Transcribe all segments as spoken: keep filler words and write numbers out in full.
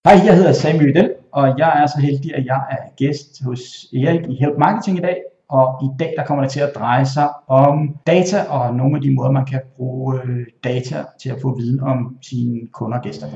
Hej, jeg hedder Sami Videl, og jeg er så heldig, at jeg er gæst hos Erik i Help Marketing i dag. Og i dag der kommer det til at dreje sig om data og nogle af de måder, man kan bruge data til at få viden om sine kunder og gæster.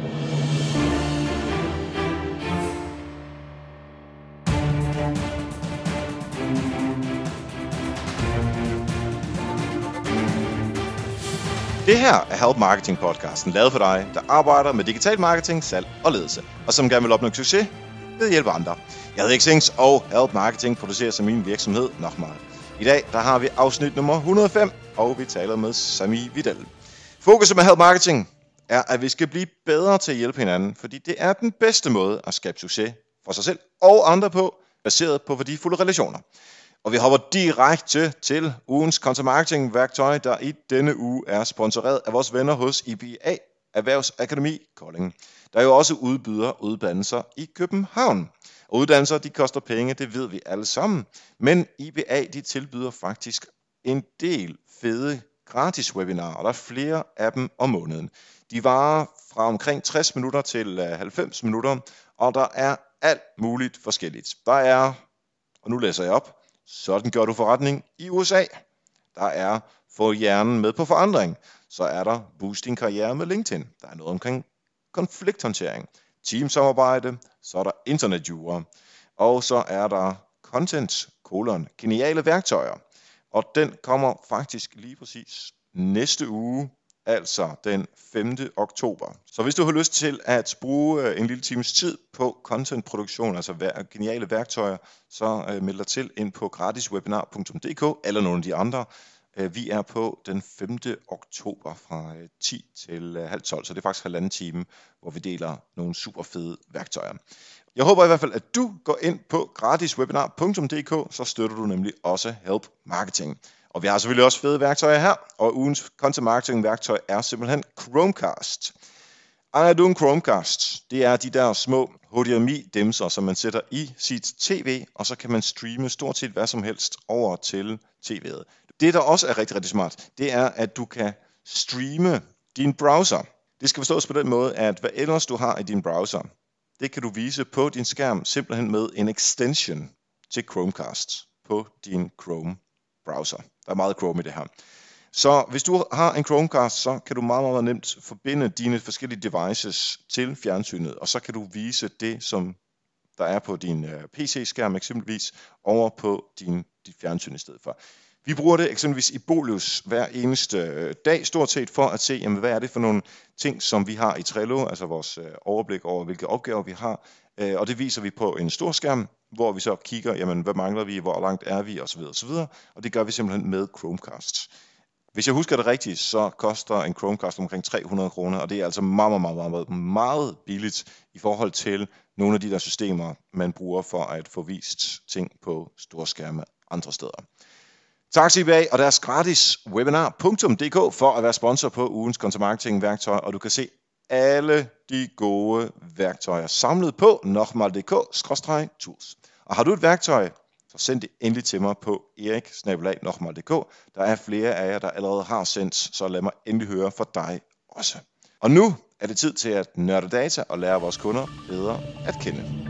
Det her er Help Marketing podcasten, lavet for dig, der arbejder med digital marketing, salg og ledelse, og som gerne vil opnå succes ved at hjælpe andre. Jeg hedder Xings, og Help Marketing producerer som min virksomhed Nochmal. I dag der har vi afsnit nummer et hundrede og fem, og vi taler med Sami Videl. Fokuset med Help Marketing er, at vi skal blive bedre til at hjælpe hinanden, fordi det er den bedste måde at skabe succes for sig selv og andre på, baseret på værdifulde relationer. Og vi hopper direkte til ugens content marketing værktøj, der i denne uge er sponsoreret af vores venner hos I B A Erhvervsakademi Kolding, der jo også udbyder uddannelser i København. Og uddannelser, de koster penge, det ved vi alle sammen, men I B A, de tilbyder faktisk en del fede gratis webinarer, og der er flere af dem om måneden. De varer fra omkring tres minutter til halvfems minutter, og der er alt muligt forskelligt. Der er, og nu læser jeg op, sådan gør du forretning i U S A. Der er få hjernen med på forandring. Så er der boost din karriere med LinkedIn. Der er noget omkring konflikthåndtering, teamsamarbejde, så er der internetjura. Og så er der content, kolon, geniale værktøjer. Og den kommer faktisk lige præcis næste uge, altså den femte oktober. Så hvis du har lyst til at bruge en lille times tid på contentproduktion, altså geniale værktøjer, så meld dig til ind på gratiswebinar punktum d k eller nogle af de andre. Vi er på den femte oktober fra ti til halv tolv, så det er faktisk halvanden time, hvor vi deler nogle super fede værktøjer. Jeg håber i hvert fald, at du går ind på gratiswebinar punktum d k, så støtter du nemlig også Help Marketing. Og vi har selvfølgelig også fede værktøjer her, og ugens content marketing værktøj er simpelthen Chromecast. Ejer du en Chromecast? Det er de der små H D M I-dimser, som man sætter i sit tv, og så kan man streame stort set hvad som helst over til tv'et. Det, der også er rigtig, rigtig smart, det er, at du kan streame din browser. Det skal forstås på den måde, at hvad ellers du har i din browser, det kan du vise på din skærm simpelthen med en extension til Chromecast på din Chrome browser. Der er meget Chrome i det her. Så hvis du har en Chromecast, så kan du meget, meget nemt forbinde dine forskellige devices til fjernsynet, og så kan du vise det, som der er på din P C-skærm eksempelvis, over på din, dit fjernsyn i stedet for. Vi bruger det eksempelvis i Bolius hver eneste dag, stort set for at se, jamen, hvad er det for nogle ting, som vi har i Trello, altså vores overblik over, hvilke opgaver vi har. Og det viser vi på en stor skærm, hvor vi så kigger, jamen, hvad mangler vi, hvor langt er vi, osv. osv. Og det gør vi simpelthen med Chromecast. Hvis jeg husker det rigtigt, så koster en Chromecast omkring tre hundrede kroner, og det er altså meget, meget, meget, meget, meget billigt i forhold til nogle af de der systemer, man bruger for at få vist ting på store skærme andre steder. Tak til I B A og deres gratis webinar punktum d k for at være sponsor på ugens content marketing værktøj, og du kan se alle de gode værktøjer samlet på nochmal punktum d k skråstreg tools. Og har du et værktøj, så send det endelig til mig på erik snabel-a nochmal punktum d k. Der er flere af jer, der allerede har sendt, så lad mig endelig høre fra dig også. Og nu er det tid til at nørde data og lære vores kunder bedre at kende.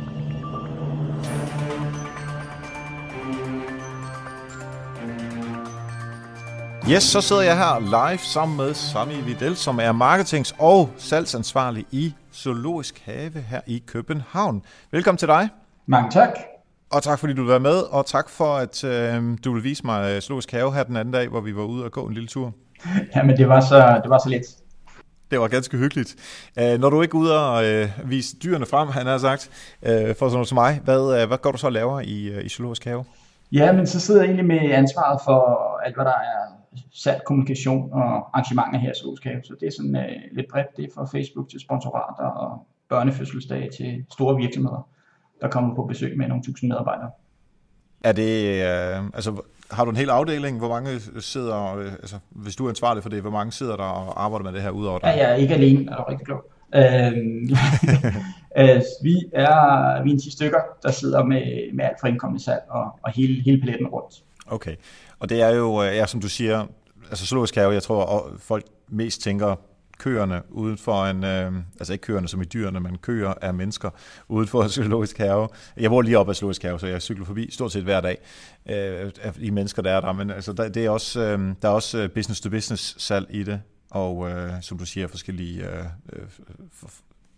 Yes, så sidder jeg her live sammen med Sami Videl, som er marketings- og salgsansvarlig i Zoologisk Have her i København. Velkommen til dig. Mange tak. Og tak fordi du vil være med, og tak for at øh, du vil vise mig Zoologisk Have her den anden dag, hvor vi var ude og gå en lille tur. Jamen det var så, det var så lidt. Det var ganske hyggeligt. Æh, når du ikke er ude og øh, vise dyrene frem, han har sagt, øh, for sådan noget som mig, hvad, øh, hvad går du så og laver i, øh, i Zoologisk Have? Ja, men så sidder jeg egentlig med ansvaret for alt, hvad der er salg, kommunikation og arrangementer her i Zoologisk Have. Så det er sådan øh, lidt bredt. Det er fra Facebook til sponsorater og børnefødselsdage til store virksomheder, der kommer på besøg med nogle tusind medarbejdere. Er det, øh, altså, har du en hel afdeling? Hvor mange sidder, øh, altså, hvis du er ansvarlig for det, hvor mange sidder der og arbejder med det her udover dig? Ja, jeg er ikke alene, er du rigtig klog. Øhm, øh, vi er vi er en ti stykker, der sidder med, med alt fra indkommende salg og, og hele, hele paletten rundt. Okay, og det er jo, ja, som du siger, altså Zoologisk Have, jeg tror, folk mest tænker køerne ude for en, øh, altså ikke køerne som i dyrene, men køer af mennesker ude for Zoologisk Have. Jeg bor lige op ad Zoologisk Have, så jeg cykler forbi stort set hver dag øh, i mennesker, der er der. Men altså, der, det er også, øh, der er også business-to-business salg i det, og øh, som du siger, forskellige øh, for,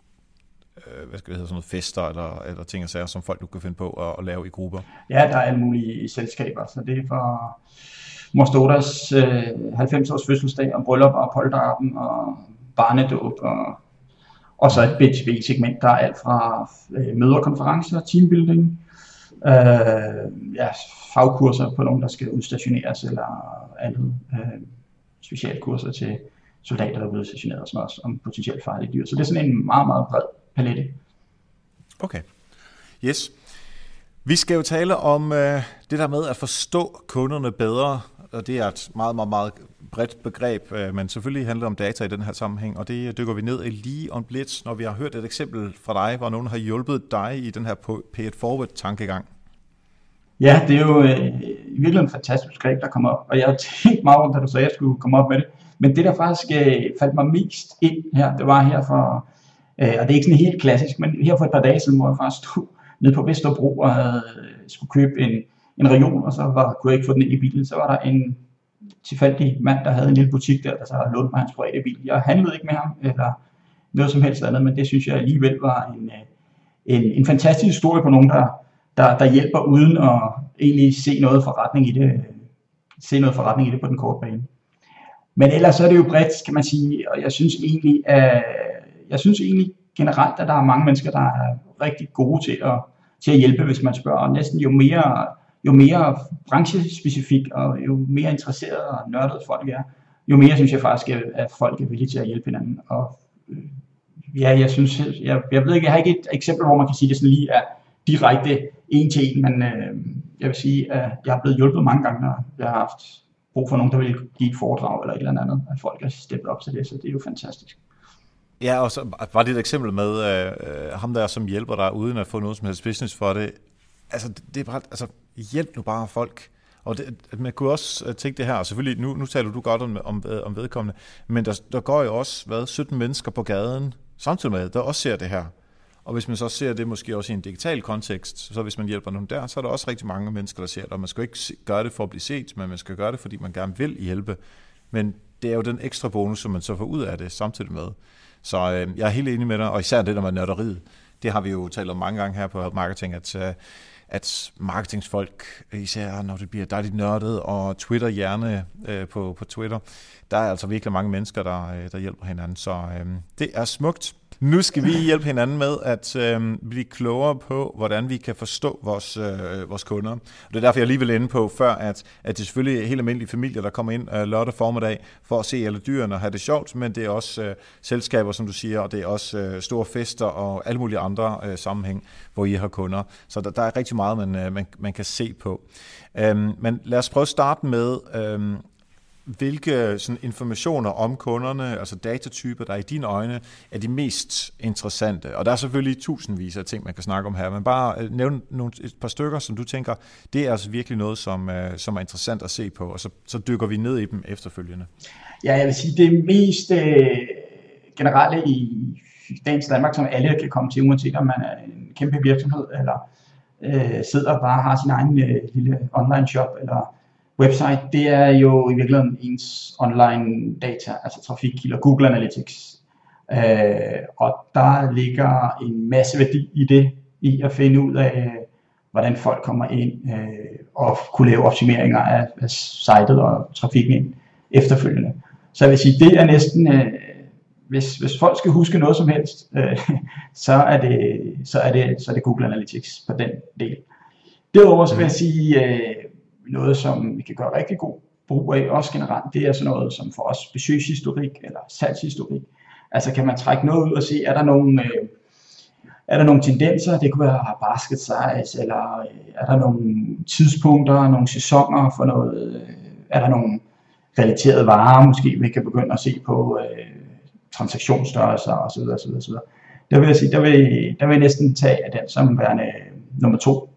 øh, hvad skal det hedde, sådan noget fester eller, eller ting og sager, som folk nu kan finde på at, at lave i grupper. Ja, der er alle mulige selskaber, så det er for Mor Stodas øh, halvfems års fødselsdag og bryllup og polterappen og barnedåb og, og så et B to B-segment, der er alt fra øh, møder, konferencer, teambuilding, øh, ja, fagkurser på nogen, der skal udstationeres eller andet, øh, specialkurser til soldater, der er udstationeret og sådan også om potentielt farlige dyr. Så det er sådan en meget, meget bred palette. Okay, yes. Vi skal jo tale om øh, det der med at forstå kunderne bedre, og det er et meget, meget, meget bredt begreb, øh, men selvfølgelig handler det om data i den her sammenhæng, og det dykker vi ned i lige om lidt, når vi har hørt et eksempel fra dig, hvor nogen har hjulpet dig i den her pay it forward-tankegang. Ja, det er jo øh, i virkeligheden et fantastisk begreb, der kommer op, og jeg har tænkt meget om, da du sagde, at jeg skulle komme op med det, men det der faktisk øh, faldt mig mest ind her, det var her for, øh, og det er ikke sådan helt klassisk, men her for et par dage siden, hvor jeg faktisk stod nede på Vesterbro og havde, skulle købe en, en reol, og så var, kunne jeg ikke få den ind i bilen. Så var der en tilfældig mand, der havde en lille butik der, der så havde lånt mig hans private bil. Jeg handlede ikke med ham, eller noget som helst andet, men det synes jeg alligevel var en, en, en fantastisk historie på nogen, der, der, der hjælper uden at egentlig se noget forretning i det, se noget forretning i det på den korte bane. Men ellers så er det jo bredt, kan man sige, og jeg synes egentlig, at, jeg synes egentlig generelt, at der er mange mennesker, der er rigtig gode til at, til at hjælpe, hvis man spørger. Og næsten jo mere, jo mere branchespecifik og jo mere interesseret og nørdet folk er, jo mere synes jeg faktisk, at folk er villige til at hjælpe hinanden. Og ja, jeg synes, jeg, jeg ved ikke, jeg har ikke et eksempel, hvor man kan sige, det sådan lige er direkte en til en, men øh, jeg vil sige, at jeg er blevet hjulpet mange gange, når jeg har haft brug for nogen, der vil give et foredrag eller et eller andet, at folk er steppet op til det, så det er jo fantastisk. Ja, og så var det et eksempel med øh, ham der, som hjælper dig, uden at få noget som helst business for det. Altså, det er bare, altså, hjælp nu bare folk. Og det, man kunne også tænke det her, og selvfølgelig, nu, nu taler du godt om, om, om vedkommende, men der, der går jo også, hvad, sytten mennesker på gaden, samtidig med, der også ser det her. Og hvis man så ser det måske også i en digital kontekst, så hvis man hjælper nogen der, så er der også rigtig mange mennesker, der ser det, og man skal ikke gøre det for at blive set, men man skal gøre det, fordi man gerne vil hjælpe. Men det er jo den ekstra bonus, som man så får ud af det samtidig med. Så øh, jeg er helt enig med dig, og især det der med nørderiet, det har vi jo talt om mange gange her på Help Marketing, at, øh, at marketingsfolk, især når det bliver dejligt nørdet, og Twitter-hjerne øh, på, på Twitter, der er altså virkelig mange mennesker, der, øh, der hjælper hinanden, så øh, det er smukt. Nu skal vi hjælpe hinanden med at øh, blive klogere på, hvordan vi kan forstå vores, øh, vores kunder. Og det er derfor, jeg lige vil inde på før, at, at det er selvfølgelig helt almindelige familier, der kommer ind øh, lørdag formiddag for at se alle dyrene og have det sjovt, men det er også øh, selskaber, som du siger, og det er også øh, store fester og alle mulige andre øh, sammenhæng, hvor I har kunder. Så der, der er rigtig meget, man, øh, man, man kan se på. Øhm, men lad os prøve at starte med, øh, hvilke sådan, informationer om kunderne, altså datatyper, der i dine øjne er de mest interessante. Og der er selvfølgelig tusindvis af ting, man kan snakke om her, men bare nævne nogle, et par stykker, som du tænker, det er altså virkelig noget, som, som er interessant at se på, og så, så dykker vi ned i dem efterfølgende. Ja, jeg vil sige, det mest øh, generelle i dagens Danmark, som alle kan komme til, uanset om man er en kæmpe virksomhed, eller øh, sidder og bare har sin egen øh, lille online shop, eller website, det er jo i virkeligheden ens online data, altså trafikkilder, Google Analytics. Øh, og der ligger en masse værdi i det, i at finde ud af, hvordan folk kommer ind øh, og kunne lave optimeringer af, af sitet og trafikken ind efterfølgende. Så jeg vil sige, det er næsten, øh, hvis, hvis folk skal huske noget som helst, øh, så, er det, så, er det, så er det Google Analytics på den del. Derudover så vil jeg sige, øh, noget, som vi kan gøre rigtig god brug af, også generelt, det er sådan noget som for os besøgshistorik eller salgshistorik. Altså kan man trække noget ud og se, er der nogle, øh, er der nogle tendenser, det kunne være basket size, eller øh, er der nogle tidspunkter, nogle sæsoner for noget, øh, er der nogle relaterede varer, måske vi kan begynde at se på øh, transaktionsstørrelser osv. osv., osv. Der vil jeg sige, der vil, der vil jeg næsten tage af den som værende nummer to,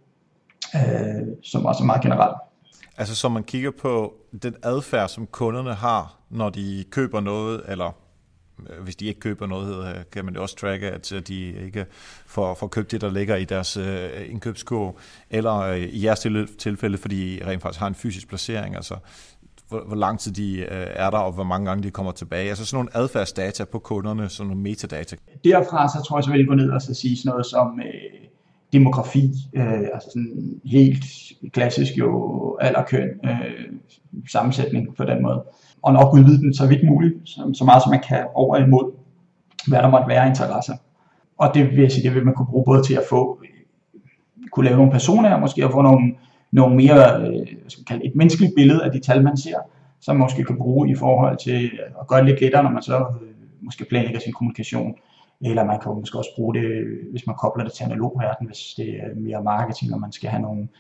øh, som også er meget generelt. Altså så man kigger på den adfærd, som kunderne har, når de køber noget, eller hvis de ikke køber noget, kan man også tracke, at de ikke får, får købt det, der ligger i deres indkøbskurv, eller i jeres tilfælde, fordi I rent faktisk har en fysisk placering, altså hvor, hvor lang tid de er der, og hvor mange gange de kommer tilbage. Altså sådan nogle adfærdsdata på kunderne, sådan nogle metadata. Derfra så tror jeg, så vil jeg gå ned og så sige sådan noget som øh, demografi, øh, altså sådan helt klassisk jo alderkøn, øh, sammensætning på den måde. Og nok udvide den så vidt muligt, så, så meget som man kan over imod, hvad der måtte være interesser. Og det vil jeg sige, det vil man kunne bruge både til at få, kunne lave nogle personer, måske at få nogle, nogle mere, øh, hvad skal man kalde, et menneskeligt billede af de tal, man ser, som man måske kan bruge i forhold til at gøre det lidt lettere, når man så øh, måske planlægger sin kommunikation. Eller man kan måske også bruge det, hvis man kobler det til analog verden, hvis det er mere marketing, og man skal have nogle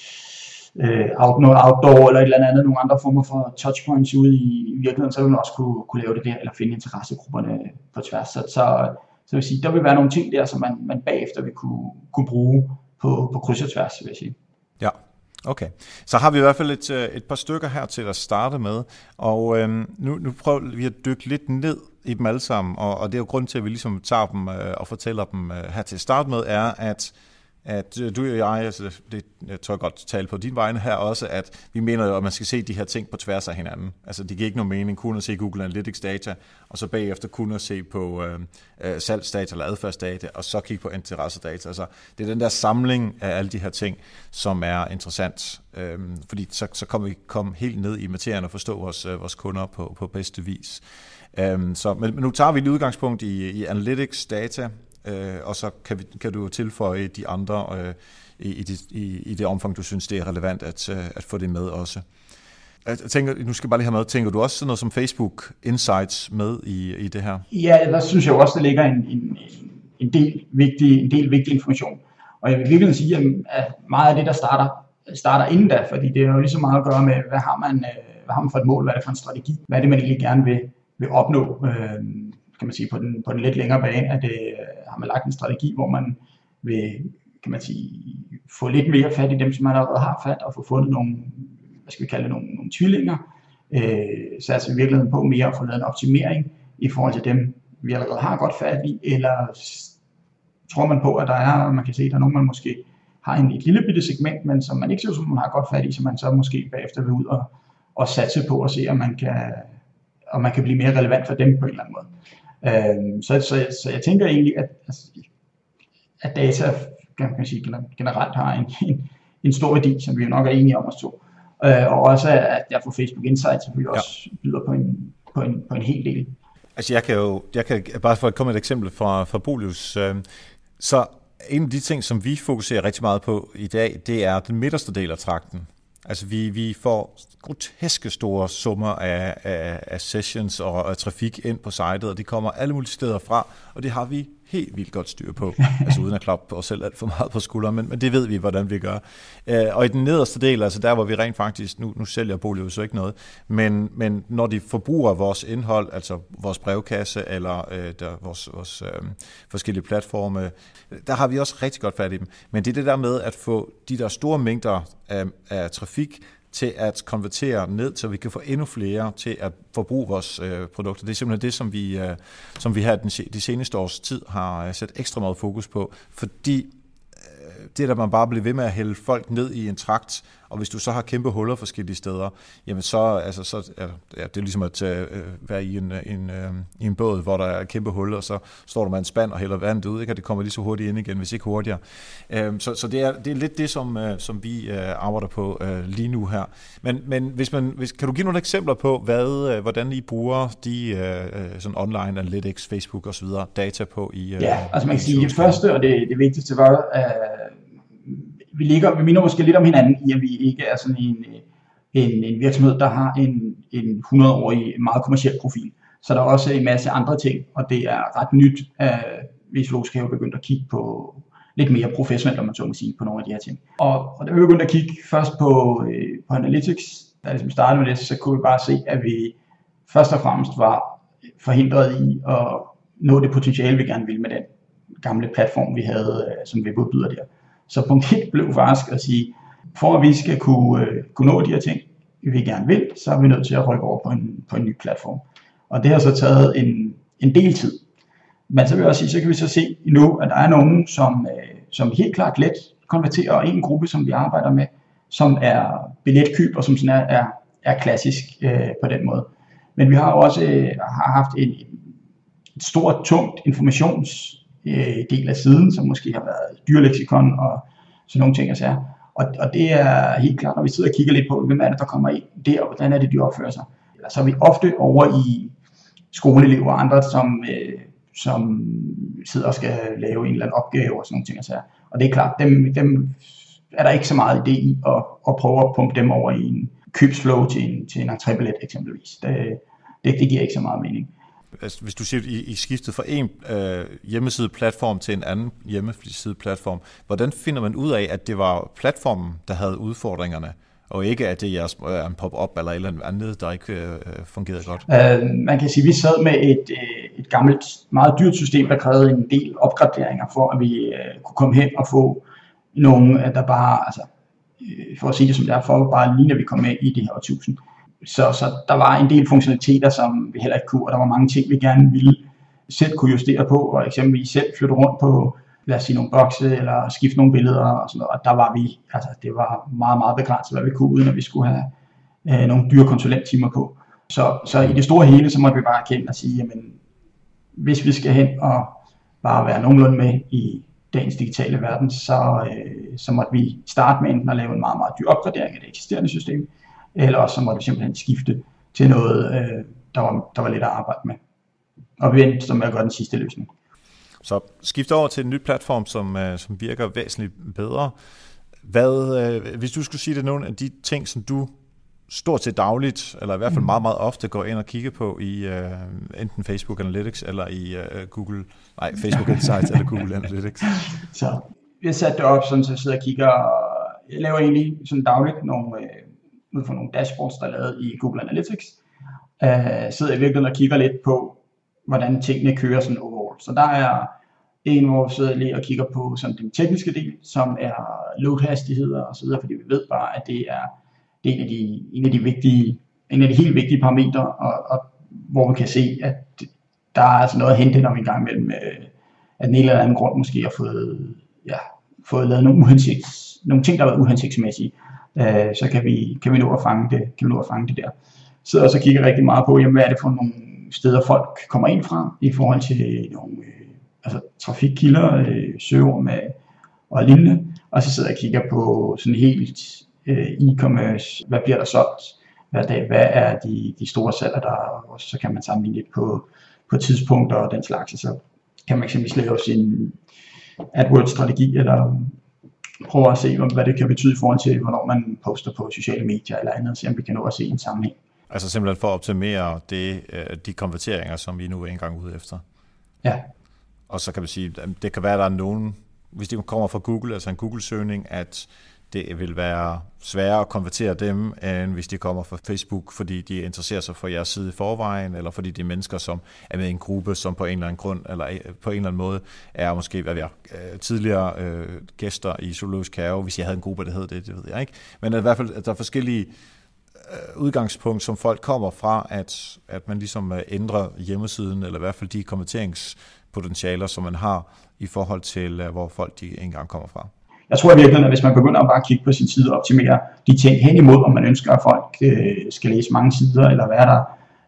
øh, out, noget outdoor eller et eller andet, nogle andre former for touchpoints ude i virkeligheden, så vil man også kunne, kunne lave det der, eller finde interessegrupperne på tværs. Så, så, så vil sige, der vil være nogle ting der, som man, man bagefter vil kunne, kunne bruge på, på kryds og tværs, vil jeg sige. Ja. Okay, så har vi i hvert fald et, et par stykker her til at starte med, og øhm, nu, nu prøver vi at dykke lidt ned i dem alle sammen, og, og det er jo grund til, at vi ligesom tager dem øh, og fortæller dem øh, her til at starte med, er, at, at du og jeg, altså det jeg tror jeg godt tale på din vegne her også, at vi mener jo, at man skal se de her ting på tværs af hinanden. Altså det giver ikke nogen mening kun at se Google Analytics data, og så bagefter kun at se på øh, øh, salgsdata eller adfærdsdata, og så kigge på interessedata. Altså det er den der samling af alle de her ting, som er interessant, øh, fordi så, så kommer vi komme helt ned i materien og forstå vores, øh, vores kunder på, på bedste vis. Um, så, men, men nu tager vi et udgangspunkt i, i analytics data, øh, og så kan, vi, kan du tilføje de andre øh, i, i, det, i, i det omfang, du synes, det er relevant at, at få det med også. Jeg tænker, nu skal jeg bare lige have med, tænker du også sådan noget som Facebook Insights med i, i det her? Ja, der synes jeg også, der ligger en, en, en, del, vigtig, en del vigtig information. Og jeg vil virkelig sige, at meget af det, der starter, starter inden da, fordi det er jo lige så meget at gøre med, hvad har man, hvad har man for et mål, hvad er det for en strategi, hvad er det, man egentlig gerne vil vil opnå, øh, kan man sige, på den, på den lidt længere bane, at det, øh, har man lagt en strategi, hvor man vil, kan man sige, få lidt mere fat i dem, som man allerede har fat, og få fundet nogle, hvad skal vi kalde det, nogle, nogle tvillinger, øh, så altså i virkeligheden på mere at få lavet en optimering i forhold til dem, vi allerede har godt fat i, eller tror man på, at der er, man kan se, at der er nogen, man måske har en, et lille bitte segment, men som man ikke ser, som man har godt fat i, så man så måske bagefter vil ud og, og satse på at se, om man kan og man kan blive mere relevant for dem på en eller anden måde. Øhm, så, så, så jeg tænker egentlig, at, altså, at data kan man sige, generelt har en, en, en stor værdi, som vi jo nok er enige om os to. Øh, og også at derfor Facebook Insights selvfølgelig også ja. byder på en, på, en, på en hel del. Altså jeg kan jo, jeg kan bare for at komme et eksempel fra, fra Bolius, øh, så en af de ting, som vi fokuserer rigtig meget på i dag, det er den midterste del af trakten. Altså vi, vi får groteske store summer af, af, af sessions og af trafik ind på sitet, og de kommer alle mulige steder fra, og det har vi helt vildt godt styr på, altså uden at klappe os selv alt for meget på skulderen, men, men det ved vi, hvordan vi gør. Øh, og i den nederste del, altså der, hvor vi rent faktisk, nu, nu sælger Bolius så ikke noget, men, men når de forbruger vores indhold, altså vores brevkasse eller øh, der, vores, vores øh, forskellige platforme, der har vi også rigtig godt fat i dem. Men det er det der med at få de der store mængder af, af trafik til at konvertere ned, så vi kan få endnu flere til at forbruge vores øh, produkter. Det er simpelthen det, som vi, øh, som vi her den, de seneste års tid har øh, sat ekstra meget fokus på, fordi øh, det der man bare bliver ved med at hælde folk ned i en trakt, og hvis du så har kæmpe huller forskellige steder, jamen så, altså, så ja, det er ligesom at øh, være i en, en, øh, i en båd, hvor der er kæmpe huller, og så står du med en spand og hælder vandet ud, ikke? Og det kommer lige så hurtigt ind igen, hvis ikke hurtigere. Øh, så så det, er, det er lidt det, som, øh, som vi øh, arbejder på øh, lige nu her. Men, men hvis man, hvis, kan du give nogle eksempler på, hvad, øh, hvordan I bruger de øh, sådan online analytics, Facebook osv. data på i øh, Ja, altså man kan sige, det første og det, det vigtigste var, at Vi, ligger, vi minder måske lidt om hinanden i, at vi ikke er sådan en, en, en virksomhed, der har en, en hundrede-årig meget kommerciel profil. Så der er også en masse andre ting, og det er ret nyt, at vi i Zoologisk Have begyndt at kigge på lidt mere professionelt, om man så må sige, på nogle af de her ting. Og, og da vi begyndte at kigge først på, øh, på Analytics, da det ligesom startede med det, så kunne vi bare se, at vi først og fremmest var forhindret i at nå det potentiale, vi gerne ville med den gamle platform, vi havde øh, som webudbyder der. Så punkt et blev faktisk at sige, for at vi skal kunne, øh, kunne nå de her ting, vi gerne vil, så er vi nødt til at rykke over på en, på en ny platform. Og det har så taget en, en del tid. Men så vil jeg også sige, så kan vi så se nu, at der er nogen, som, øh, som helt klart let konverterer, og en gruppe, som vi arbejder med, som er billetkøb, og som sådan er, er, er klassisk øh, på den måde. Men vi har også øh, har haft en, et stort, tungt informationsdel øh, af siden, som måske har været dyrleksikon og sådan nogle ting. Og, og, og det er helt klart, når vi sidder og kigger lidt på, hvem er det, der kommer ind der, og hvordan er det, de opfører sig. Så er vi ofte over i skoleelever og andre, som, øh, som sidder og skal lave en eller anden opgave og sådan nogle ting. Og, og det er klart, dem, dem er der ikke så meget idé i at, at prøve at pumpe dem over i en købsflow til en, til en entrébillet eksempelvis. Det, det, det giver ikke så meget mening. Hvis du siger, at I, I skiftede fra en øh, hjemmesideplatform til en anden hjemmesideplatform, hvordan finder man ud af, at det var platformen, der havde udfordringerne, og ikke at det er jeres en pop-up eller et eller andet, der ikke øh, fungerede godt? Uh, man kan sige, at vi sad med et, et gammelt, meget dyrt system, der krævede en del opgraderinger for, at vi uh, kunne komme hen og få nogle, der bare, altså, for at sige det som det er, for bare lige når vi kom med i det her årtusind. Så, så der var en del funktionaliteter, som vi heller ikke kunne, og der var mange ting, vi gerne ville selv kunne justere på, og eksempelvis selv flytte rundt på, lad os sige, nogle bokse, eller skifte nogle billeder og sådan noget, og der var vi, altså det var meget, meget begrænset, hvad vi kunne, uden at vi skulle have øh, nogle dyre konsulenttimer på. Så, så i det store hele, så måtte vi bare erkende og sige, jamen, hvis vi skal hen og bare være nogenlunde med i dagens digitale verden, så, øh, så måtte vi starte med enten at lave en meget, meget dyr opgradering af det eksisterende system, eller også så måtte vi simpelthen skifte til noget, øh, der, var, der var lidt at arbejde med. Og vi endte så med at gøre den sidste løsning. Så skift over til en ny platform, som, øh, som virker væsentligt bedre. Hvad, øh, hvis du skulle sige, det er nogle af de ting, som du stort set dagligt, eller i hvert fald meget, meget ofte går ind og kigger på i øh, enten Facebook Analytics, eller i øh, Google, nej, Facebook Insights eller Google Analytics? Så vi har sat det op, sådan, så jeg sidder og kigger, og jeg laver egentlig sådan dagligt nogle, øh, ud fra nogle dashboards, der er lavet i Google Analytics. Øh, sidder jeg virkelig og kigger lidt på, hvordan tingene kører sådan overall. Så der er en, hvor vi sidder lige og kigger på sådan den tekniske del, som er load-hastigheder og så videre, fordi vi ved bare, at det er, det er en, af de, en af de vigtige, en af de helt vigtige parametre, og, og hvor vi kan se, at der er altså noget at hente, når vi engang mellem, at den ene eller anden grund måske har fået, ja, fået lavet nogle, uhensigts, nogle ting, der har været uhensigtsmæssige, øh, så kan vi, kan vi nå at fange det, kan vi nå at fange det der. Så sidder også og kigger rigtig meget på, jamen, hvad er det for nogle steder folk kommer ind fra, i forhold til nogle øh, altså, trafikkilder, øh, søger med og lignende, og så sidder jeg og kigger på sådan helt øh, e-commerce, hvad bliver der solgt hver dag, hvad er de, de store salger der, og så kan man sammenligne lidt på, på tidspunkter og den slags, og så kan man eksempelvis lave sin AdWords-strategi, eller prøve at se, hvad det kan betyde i forhold til, hvornår man poster på sociale medier eller andet, så vi kan nå at se en sammenhæng. Altså simpelthen for at optimere det, de konverteringer, som vi nu er engang ude efter. Ja. Og så kan vi sige, det kan være, at der er nogen, hvis de kommer fra Google, altså en Google-søgning, at det vil være sværere at konvertere dem, end hvis de kommer fra Facebook, fordi de interesserer sig for jeres side i forvejen, eller fordi de er mennesker, som er med i en gruppe, som på en eller anden grund, eller på en eller anden måde, er måske hvad vi er, tidligere øh, gæster i Zoologisk Have, hvis jeg havde en gruppe, der hed det, det ved jeg ikke. Men i hvert fald, at der er forskellige udgangspunkt, som folk kommer fra, at, at man ligesom ændrer hjemmesiden, eller i hvert fald de konverteringspotentialer, som man har i forhold til, hvor folk de engang kommer fra. Jeg tror virkelig, at hvis man begynder at bare kigge på sin side og optimere de ting hen imod, om man ønsker, at folk øh, skal læse mange sider, eller være der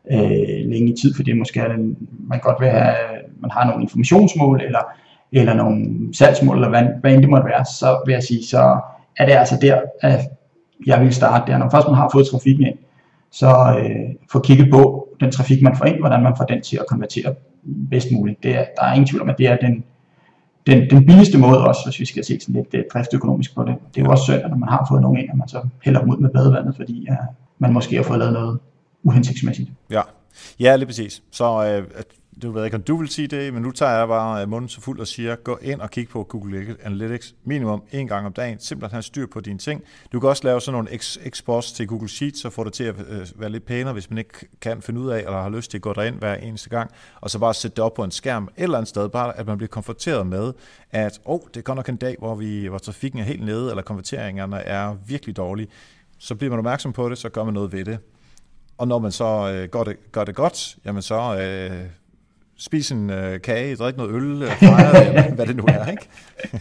øh, længe i tid, fordi måske er det, man godt vil have, man har nogle informationsmål, eller, eller nogle salgsmål, eller hvad, hvad end det måtte være, så vil jeg sige, så er det altså der, at jeg vil starte der. Når først man har fået trafikken ind, så øh, få kigget på den trafik, man får ind, hvordan man får den til at konvertere bedst muligt. Det er, der er ingen tvivl om, at det er den, den, den billigste måde også, hvis vi skal se sådan lidt driftsøkonomisk på det. Det er jo også synd, at når man har fået nogen ind, at man så hælder dem ud med badevandet, fordi ja, man måske har fået lavet noget uhensigtsmæssigt. Ja, ja lige præcis. Så øh, du ved ikke, om du vil sige det, men nu tager jeg bare munden så fuld og siger, gå ind og kig på Google Analytics minimum en gang om dagen. Simpelthen have styr på dine ting. Du kan også lave sådan nogle exports til Google Sheets, så får det til at være lidt pænere, hvis man ikke kan finde ud af, eller har lyst til at gå derind hver eneste gang, og så bare sætte det op på en skærm et eller andet sted, bare at man bliver konfronteret med, at oh, det er godt nok en dag, hvor, vi, hvor trafikken er helt nede, eller konverteringerne er virkelig dårlige. Så bliver man opmærksom på det, så gør man noget ved det. Og når man så øh, gør, det, gør det godt, jamen så... Øh, spise en øh, kage, drikke noget øl, fejre det, hvad det nu er, ikke?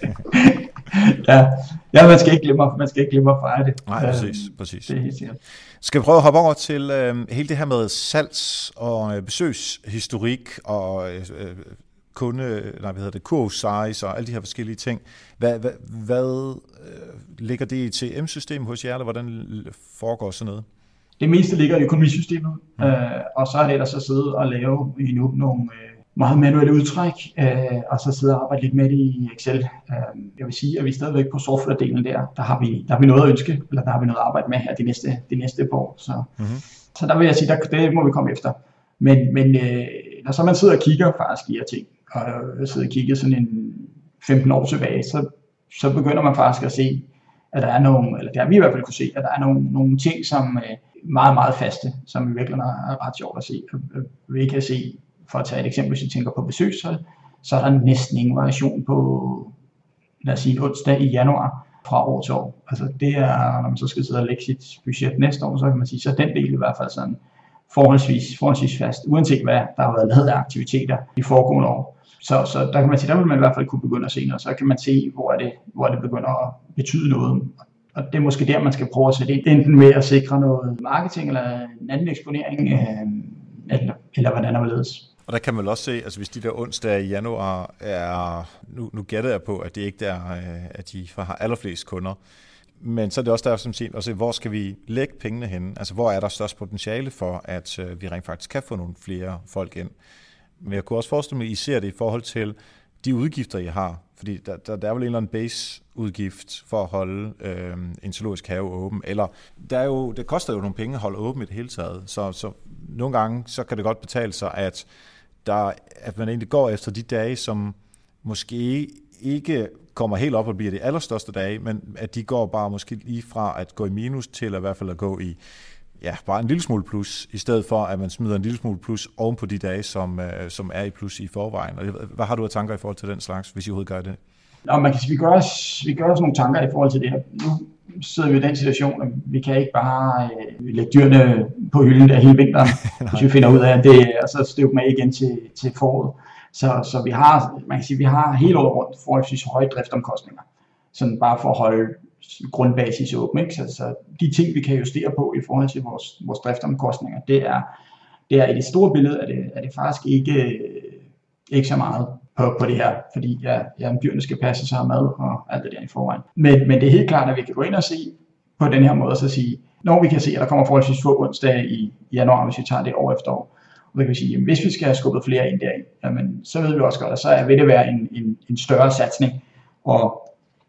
ja, ja man, skal ikke glemme, man skal ikke glemme at fejre det. Nej, præcis. præcis. Det er helt sikkert. Skal vi prøve at hoppe over til øh, hele det her med salgs- og øh, besøgshistorik og øh, kunde, nej, hvad hedder det, kurve size og alle de her forskellige ting. Hvad, hvad, hvad øh, ligger det i T M-systemet hos jer, eller hvordan foregår sådan noget? Det meste ligger i økonomisystemet, mm. øh, og så er det der så sidde og lave endnu nogle øh, meget manuelle udtræk, øh, og så sidde og arbejde lidt med det i Excel. Øh, jeg vil sige, at vi stadigvæk på software-delen der, der har vi, der har vi noget at ønske, eller der har vi noget at arbejde med her de næste, de næste par år. Så, mm-hmm. så der vil jeg sige, der, det må vi komme efter. Men, men øh, når så man sidder og kigger faktisk i her ting, og jeg sidder og kigger sådan en femten år tilbage, så, så begynder man faktisk at se, at der er nogle, eller det har vi i hvert fald kunne se, at der er nogle, nogle ting, som er meget, meget faste, som i virkeligheden er ret sjovt at se. Vi kan se, for at tage et eksempel, hvis vi tænker på besøg, så, så er der næsten ingen variation på, lad os sige, onsdag i januar fra år til år. Altså det er, når man så skal sidde og lægge sit budget næste år, så kan man sige, så er den del i hvert fald sådan forholdsvis, forholdsvis fast, uanset hvad der har været lavet af aktiviteter i foregående år. Så, så der kan man sige, der vil man i hvert fald kunne begynde at se noget, så kan man se, hvor det, hvor det begynder at betyde noget. Og det er måske der, man skal prøve at sætte ind, enten med at sikre noget marketing eller en anden eksponering, øh, eller, eller hvordan der vil ledes. Og der kan man også se, altså hvis de der onsdage i januar er, nu, nu gætter jeg på, at det ikke er der, at de har allerflest kunder, men så er det også der, som siger, altså, hvor skal vi lægge pengene henne? Altså hvor er der størst potentiale for, at øh, vi rent faktisk kan få nogle flere folk ind? Men jeg kunne også forestille mig, at I ser det i forhold til de udgifter, I har. Fordi der, der, der er vel en eller anden base-udgift for at holde øh, en zoologisk have åben. Eller der er jo, det koster jo nogle penge at holde åben i det hele taget. Så, så nogle gange så kan det godt betale sig, at, der, at man egentlig går efter de dage, som måske ikke kommer helt op og bliver de allerstørste dage, men at de går bare måske lige fra at gå i minus til at i hvert fald at gå i ja, bare en lille smule plus, i stedet for at man smider en lille smule plus oven på de dage, som, øh, som er i plus i forvejen. Og hvad har du af tanker i forhold til den slags, hvis I overhovedet gør det? Nå, man kan sige, vi gør os, vi gør os nogle tanker i forhold til det her. Nu sidder vi i den situation, at vi kan ikke bare øh, lægge dyrene på hylden der hele vinteren, hvis vi finder ud af det, og så støve dem af igen til, til foråret. Så, så vi har, man kan sige, vi har hele året rundt forholdsvis høje driftomkostninger, sådan bare for at holde grundbasis åben, ikke? Så, så de ting, vi kan justere på i forhold til vores, vores driftomkostninger, det er, det er i det store billede, er det, er det faktisk ikke, ikke så meget på, på det her, fordi ja, ja, dyrene skal passe sig mad og alt det der i forvejen. Men, men det er helt klart, at vi kan gå ind og se på den her måde, og så sige, når vi kan se, at der kommer forholdsvis få onsdage i januar, hvis vi tager det år efter år, og så kan vi sige, at hvis vi skal have skubbet flere ind derind, jamen, så ved vi også godt, at så vil det være en, en, en større satsning, og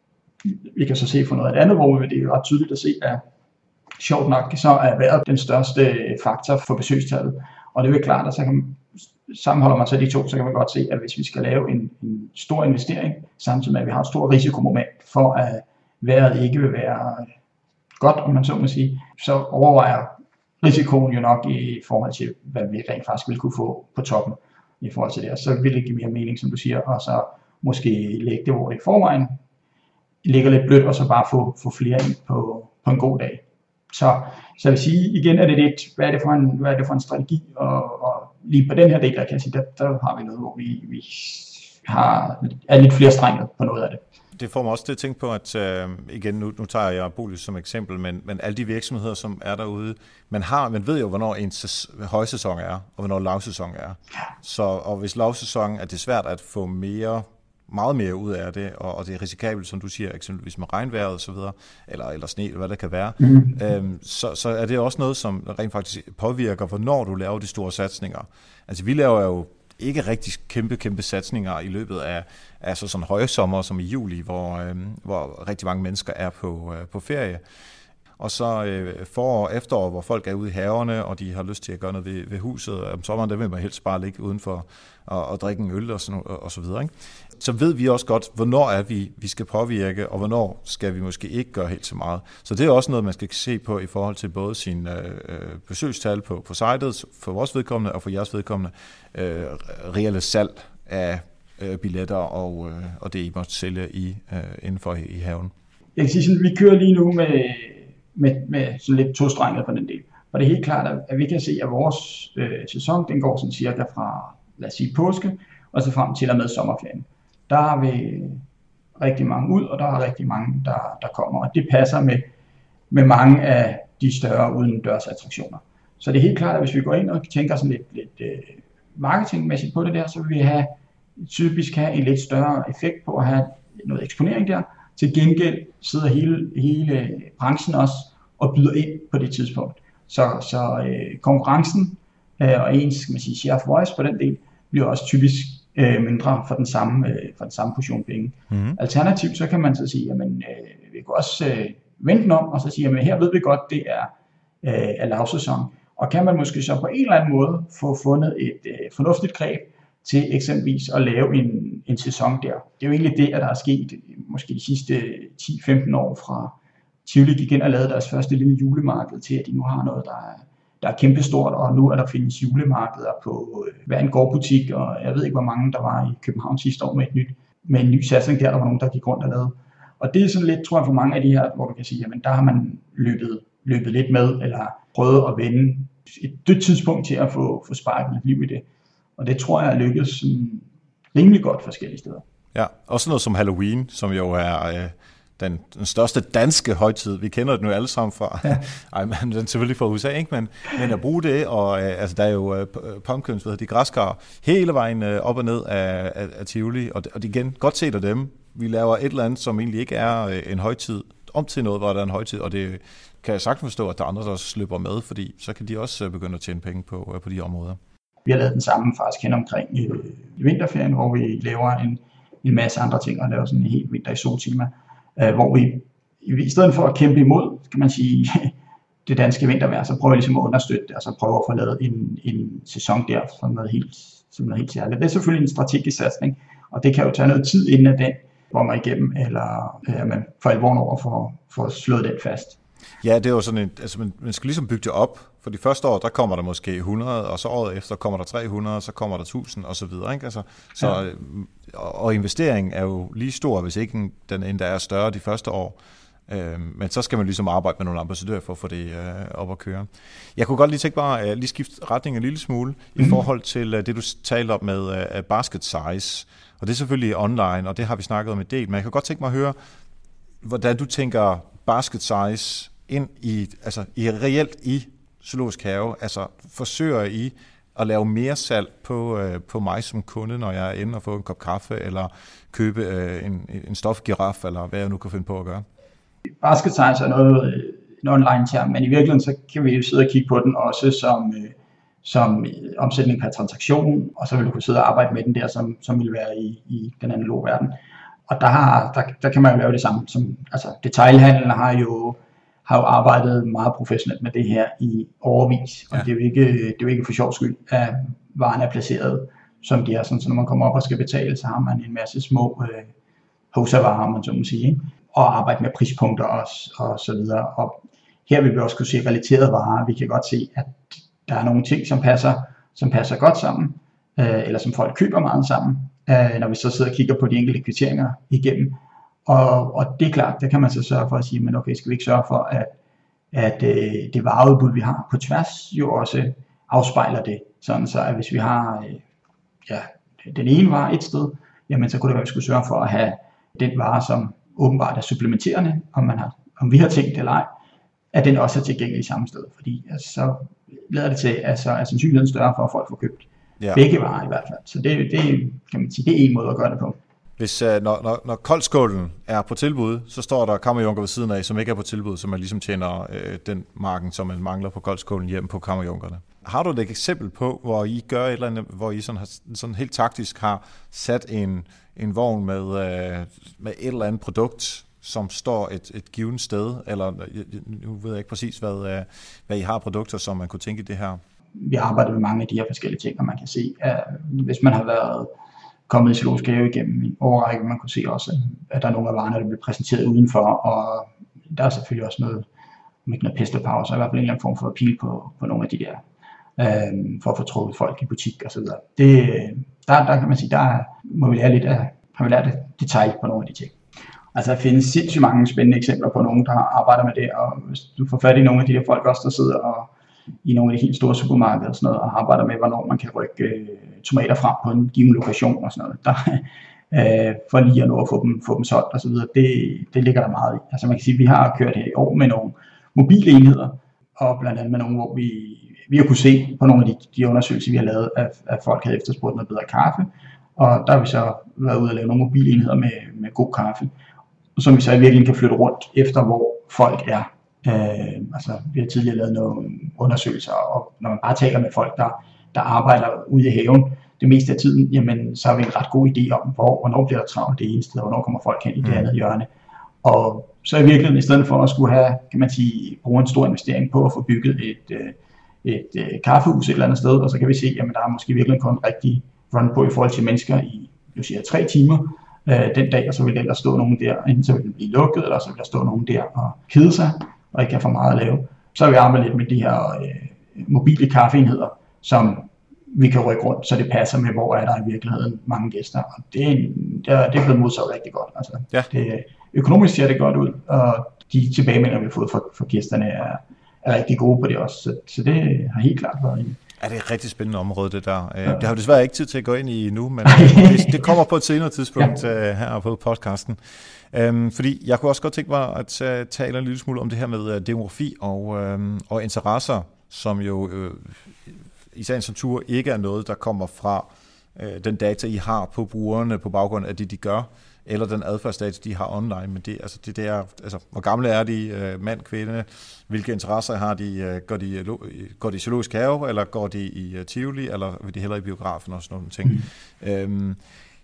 vi kan så se for noget af det andet, hvor det er ret tydeligt at se, at sjovt nok, så er vejret den største faktor for besøgstallet. Og det er jo klart, at så kan, sammenholder man så de to, så kan man godt se, at hvis vi skal lave en, en stor investering, samtidig med at vi har et stort risikomoment for, at vejret ikke vil være godt, om man så må sige, så overvejer risikoen jo nok i forhold til, hvad vi rent faktisk vil kunne få på toppen i forhold til det. Og så vil det give mere mening, som du siger, og så måske lægge det, hvor det i forvejen ligger lidt blødt, og så bare få, få flere ind på, på en god dag. Så, så jeg vil sige, igen er det lidt, hvad er det for en, hvad er det for en strategi, og, og lige på den her del, der kan jeg sige, der, der har vi noget, hvor vi, vi har, er lidt flere strenget på noget af det. Det får mig også til at tænke på, at øh, igen, nu, nu tager jeg Bolus som eksempel, men, men alle de virksomheder, som er derude, man, har, man ved jo, hvornår en højsæson er, og hvornår lavsæson er. Så, og hvis lavsæson er det svært at få mere meget mere ud af det, og, og det er risikabelt, som du siger, eksempelvis med regnvejret og så videre, eller, eller sne, eller hvad det kan være, mm. øhm, så, så er det også noget, som rent faktisk påvirker, hvornår du laver de store satsninger. Altså vi laver jo ikke rigtig kæmpe, kæmpe satsninger i løbet af altså sådan høje sommer, som i juli, hvor, øhm, hvor rigtig mange mennesker er på, øh, på ferie. Og så øh, forår og efterår, hvor folk er ude i haverne, og de har lyst til at gøre noget ved, ved huset. Om sommeren, der vil man helst bare ligge udenfor og, og drikke en øl og, sådan, og, og så videre. Ikke? Så ved vi også godt, hvornår er vi, vi skal påvirke, og hvornår skal vi måske ikke gøre helt så meget. Så det er også noget, man skal se på i forhold til både sin øh, besøgstal på, på sitet, for vores vedkommende og for jeres vedkommende, øh, reelle salg af øh, billetter og, øh, og det, I måtte sælge i, øh, indenfor i, i haven. Jeg kan sige sådan, vi kører lige nu med Med, med sådan lidt tostrenget på den del. Og det er helt klart, at, at vi kan se, at vores øh, sæson, den går sådan cirka fra lad os sige påske, og så frem til og med sommerferien. Der har vi rigtig mange ud, og der er rigtig mange, der, der kommer, og det passer med, med mange af de større udendørsattraktioner. Så det er helt klart, at hvis vi går ind og tænker sådan lidt, lidt uh, marketingmæssigt på det der, så vil vi have, typisk have en lidt større effekt på at have noget eksponering der. Til gengæld sidder hele, hele branchen også og byder ind på det tidspunkt. Så, så øh, konkurrencen øh, og ens skal man sige, share of voice på den del bliver også typisk øh, mindre for den samme, øh, for den samme portion penge. Mm-hmm. Alternativt så kan man så sige, at øh, vi kan også øh, vente den om og så sige, at her ved vi godt, det er, øh, er lavsæson. Og kan man måske så på en eller anden måde få fundet et øh, fornuftigt greb til eksempelvis at lave en, en sæson der. Det er jo egentlig det, at der er sket måske de sidste ti til femten år fra Tivoli gik ind og lavede deres første lille julemarked til, at de nu har noget, der er, der er kæmpestort, og nu er der findes julemarkeder på øh, hver en gårdbutik, og jeg ved ikke, hvor mange der var i København sidste år med, et nyt, med en ny satsning der, der var nogen, der gik rundt og lavede. Og det er sådan lidt, tror jeg, for mange af de her, hvor du kan sige, jamen der har man løbet, løbet lidt med, eller prøvet at vende et dødt tidspunkt til at få, få sparket lidt liv i det. Og det tror jeg er lykkedes sådan, rimelig godt forskellige steder. Ja, også noget som Halloween, som jo er øh, den, den største danske højtid. Vi kender det nu alle sammen fra, ja. Ej, men den er selvfølgelig fra U S A, ikke? Men, men at bruge det, og øh, altså, der er jo øh, pumpkins, hvad hedder de, græskar, hele vejen øh, op og ned af, af, af Tivoli, og, og igen, godt set af dem. Vi laver et eller andet, som egentlig ikke er øh, en højtid, om til noget, hvor der er en højtid, og det kan jeg sagtens forstå, at der er andre, der også slipper med, fordi så kan de også begynde at tjene penge på, på de områder. Vi har lavet den samme faktisk hen omkring øh, vinterferien, hvor vi laver en, en masse andre ting, og laver sådan en helt vinter i soltema, øh, hvor vi i stedet for at kæmpe imod, kan man sige, det danske vintervejr, så prøver vi ligesom at understøtte det, og så prøver at få lavet en, en sæson der, som noget helt, som noget helt særligt. Det er selvfølgelig en strategisk satsning, og det kan jo tage noget tid, inden at den bomber igennem, eller øh, man for alvoren over for, for at slå den fast. Ja, det er jo sådan en, altså man, man skal ligesom bygge det op, for de første år, der kommer der måske hundrede, og så året efter kommer der tre hundrede, så kommer der tusind, og så videre, ikke? Altså, så, ja. Og investeringen er jo lige stor, hvis ikke den endda er større de første år, øh, men så skal man ligesom arbejde med nogle ambassadører for at få det øh, op at køre. Jeg kunne godt lige tænke bare uh, lige skifte retning en lille smule, mm. i forhold til uh, det, du talte om med uh, basket size, og det er selvfølgelig online, og det har vi snakket om en del, men jeg kan godt tænke mig at høre, hvordan du tænker basket size ind i, altså i reelt i Zoologisk Have, altså forsøger I at lave mere salg på, øh, på mig som kunde, når jeg er inde og få en kop kaffe, eller købe øh, en, en stofgiraf, eller hvad jeg nu kan finde på at gøre? Basket size er noget, en online term, men i virkeligheden så kan vi jo sidde og kigge på den også som, øh, som omsætning per transaktion, og så vil du kunne sidde og arbejde med den der, som, som vil være i, i den analoge verden. Og der, har, der, der kan man jo lave det samme. Som, altså detailhandlen har jo har jo arbejdet meget professionelt med det her i årevis, og ja. det, er jo ikke, det er jo ikke for sjov skyld, at varerne er placeret, som de er, sådan, så når man kommer op og skal betale, så har man en masse små øh, hoservarer, om man så må sige, ikke? Og arbejde med prispunkter også, og så videre. Og her vil vi også kunne se relaterede varer. Vi kan godt se, at der er nogle ting, som passer, som passer godt sammen, øh, eller som folk køber meget sammen, øh, når vi så sidder og kigger på de enkelte kvitteringer igennem. Og, og det er klart, der kan man så sørge for at sige, men okay, skal vi ikke sørge for, at, at øh, det vareudbud, vi har på tværs, jo også afspejler det. Sådan så, at hvis vi har øh, ja, den ene vare et sted, jamen så kunne det være, at vi skulle sørge for at have den vare, som åbenbart er supplementerende, om, man har, om vi har tænkt det eller ej, at den også er tilgængelig samme sted. Fordi altså, så lader det til, at så er sandsynligheden større for, at folk får købt ja. begge varer i hvert fald. Så det, det, kan man sige, det er en måde at gøre det på. Hvis, når, når, når koldskålen er på tilbud, så står der kammerjunker ved siden af, som ikke er på tilbud, så man ligesom tjener øh, den marken, som man mangler på koldskålen hjem på kammerjunkerne. Har du et eksempel på, hvor I gør et eller andet, hvor I sådan, har, sådan helt taktisk har sat en, en vogn med, øh, med et eller andet produkt, som står et, et givet sted, eller nu ved jeg ikke præcis, hvad, hvad I har produkter, som man kunne tænke i det her? Vi arbejder med mange af de her forskellige ting, og man kan se, at hvis man har været kommet i Zoologisk Have igennem en årrække, man kunne se også, at der er nogle af varerne, der bliver præsenteret udenfor, og der er selvfølgelig også noget, om ikke noget pest og power, så i hvert fald en eller anden form for appeal på, på nogle af de der, øh, for at få trukket folk i butik og så videre. Det, der, der kan man sige, der må vi lære lidt af, har vi lært et detalj på nogle af de ting. Altså der findes sindssygt mange spændende eksempler på nogen, der arbejder med det, og hvis du får fat i nogle af de der folk også, der sidder og i nogle af de helt store supermarkeder og sådan noget, og arbejder med, hvornår man kan rykke øh, tomater frem på en given lokation og sådan noget. Der, øh, for lige at nå at få dem, få dem solgt og så videre. Det, det ligger der meget i. Altså man kan sige, at vi har kørt her i år med nogle mobile enheder, og blandt andet med nogle, hvor vi, vi har kunne se på nogle af de, de undersøgelser, vi har lavet, at, at folk havde efterspurgt noget bedre kaffe, og der har vi så været ude at lave nogle mobile enheder med, med god kaffe, som vi så i virkeligheden kan flytte rundt efter, hvor folk er. Øh, altså, vi har tidligere lavet nogle undersøgelser, og når man bare taler med folk, der, der arbejder ude i haven, det meste af tiden, jamen, så har vi en ret god idé om, hvor, hvornår bliver der travlt det ene sted, og hvornår kommer folk hen i det andet hjørne. Og så i virkeligheden, i stedet for at skulle have, kan man sige, bruge en stor investering på at få bygget et, et, et kaffehus et eller andet sted, og så kan vi se, at der er måske virkelig kun en rigtig run på i forhold til mennesker i, jeg siger, tre timer øh, den dag, og så vil der stå nogen der, enten så vil den blive lukket, eller så vil der stå nogen der og kede sig, og ikke have for meget at lave. Så har vi arbejdet lidt med de her øh, mobile kaffeenheder, som vi kan rykke rundt, så det passer med, hvor er der i virkeligheden mange gæster. Og det er, det er, det er blevet modtaget rigtig godt. Altså, ja. det, økonomisk ser det godt ud, og de tilbagemeldinger, vi har fået for, for gæsterne, er, er rigtig gode på det også. Så, så det har helt klart været en. Ja, det er et rigtig spændende område, det der. Ja. Det har jo desværre ikke tid til at gå ind i nu, men det, det kommer på et senere tidspunkt ja. her på podcasten. Um, fordi jeg kunne også godt tænke mig at uh, tale en lille smule om det her med uh, demografi og, um, og interesser, som jo uh, i sagens natur ikke er noget, der kommer fra uh, den data, I har på brugerne på baggrund af det, de gør, eller den adfærdsdata, de har online. Men det, altså det der, altså, hvor gamle er de, uh, mand, kvinde, hvilke interesser har de, uh, går de, uh, går de i zoologisk have, eller går de i uh, Tivoli, eller vil de hellere i biografen og sådan nogle ting. Mm. Um,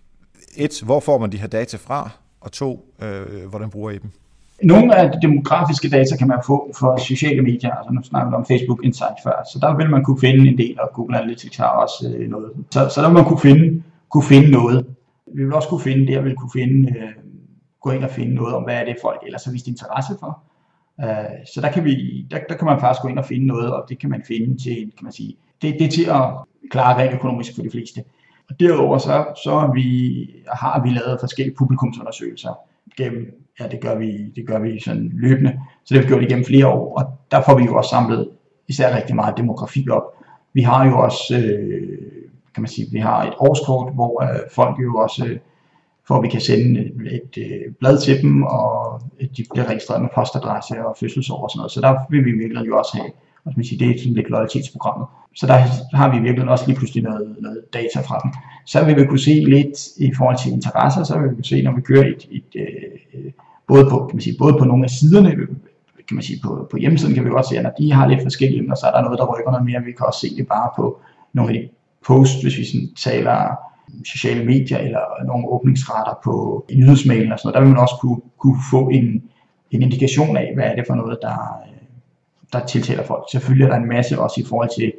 et, hvor får man de her data fra? Og to, øh, hvordan bruger I dem? Nogle af de demografiske data kan man få fra sociale medier, altså nu snakker vi om Facebook Insights før, så der vil man kunne finde en del, og Google Analytics har også øh, noget. Så, så der vil man kunne finde, kunne finde noget. Vi vil også kunne finde det, og vil kunne finde, øh, gå ind og finde noget om, hvad er det folk ellers har vist interesse for. Uh, så der kan, vi, der, der kan man faktisk gå ind og finde noget, og det kan man finde til, kan man sige, det, det er til at klare rent økonomisk for de fleste. Og derudover så, så har, vi, har vi lavet forskellige publikumsundersøgelser gennem, ja det gør vi, det gør vi sådan løbende, så det har vi gjort igennem flere år, og der får vi jo også samlet især rigtig meget demografi op. Vi har jo også, øh, kan man sige, vi har et årskort, hvor øh, folk jo også, øh, for vi kan sende et, et øh, blad til dem, og de bliver registreret med postadresse og fødselsår og sådan noget, så der vil vi virkelig jo også have, og man sige, det er sådan lidt loyalitetsprogrammet. Så der har vi virkelig også lige pludselig noget, noget data fra dem. Så vil vi kunne se lidt i forhold til interesser, så vil vi kunne se, når vi kører et, et, et både, på, kan man sige, både på nogle af siderne, kan man sige, på, på hjemmesiden kan vi godt se, at når de har lidt forskellige emner, så er der noget, der rykker noget mere. Vi kan også se det bare på nogle af de posts, hvis vi sådan taler sociale medier, eller nogle åbningsrater på nyhedsmailen og sådan noget. Der vil man også kunne, kunne få en, en indikation af, hvad er det for noget, der, der tiltaler folk. Selvfølgelig er der en masse også i forhold til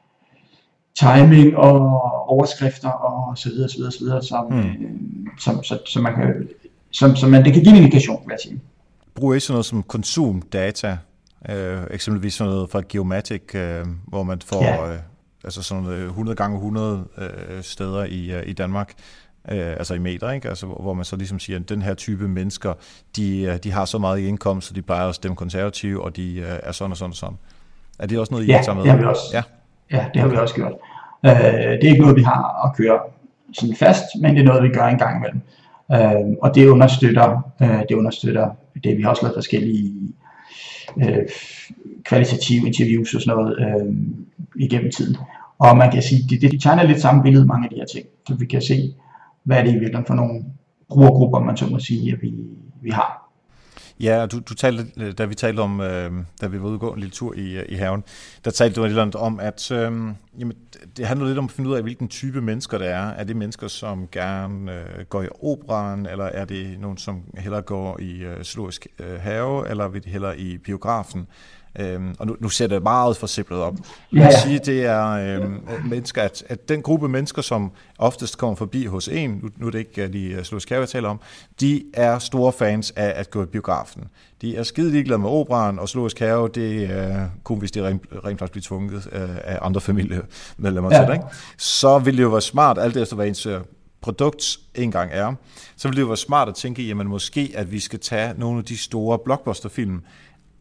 timing og overskrifter og så videre, så videre, så videre, som, mm. øh, som, så, så man kan, som, som man, det kan give en indikation, vil jeg sige. Bruger I sådan noget som konsumdata, øh, eksempelvis sådan noget fra Geomatic, øh, hvor man får ja. øh, altså sådan noget hundrede gange hundrede øh, steder i, øh, i Danmark, øh, altså i meter, ikke? Altså, hvor man så ligesom siger, at den her type mennesker, de, de har så meget i indkomst, så de plejer at stemme konservative, og de øh, er sådan og sådan og sådan. Er det også noget, I ja, tager med? Det har vi også. Ja. Ja, det har vi også gjort. Uh, det er ikke noget, vi har at køre sådan fast, men det er noget, vi gør en gang imellem. Uh, og det understøtter, uh, det understøtter det, vi har også lavet forskellige uh, kvalitative interviews og sådan noget uh, igennem tiden. Og man kan sige, det, det tegner lidt samme billede, mange af de her ting, så vi kan se, hvad er det i virkeligheden for nogle brugergrupper, man så må sige, at vi, vi har. Ja, du, du talte, da vi talte om, øh, da vi var ude og gå en lille tur i, i haven, der talte du lidt om, at øh, jamen, det handler lidt om at finde ud af, hvilken type mennesker det er. Er det mennesker, som gerne øh, går i operaen, eller er det nogen, som hellere går i øh, zoologisk øh, have, eller vil de hellere i biografen? Øhm, og nu, nu ser det meget forsimplet op. Jeg vil sige, det er øhm, mennesker, at, at den gruppe mennesker, som oftest kommer forbi hos en, nu, nu er det ikke de zoologiske have, jeg taler om, de er store fans af at gå i biografen. De er skide ligeglade med operaen, og zoologisk have, det er kun hvis de rent, rent faktisk bliver tvunget øh, af andre familiemedlemmer ja. til det, ikke? Så vil det jo være smart, alt efter hvad ens produkt engang er, så vil det jo være smart at tænke, jamen måske, at vi skal tage nogle af de store blockbusterfilm,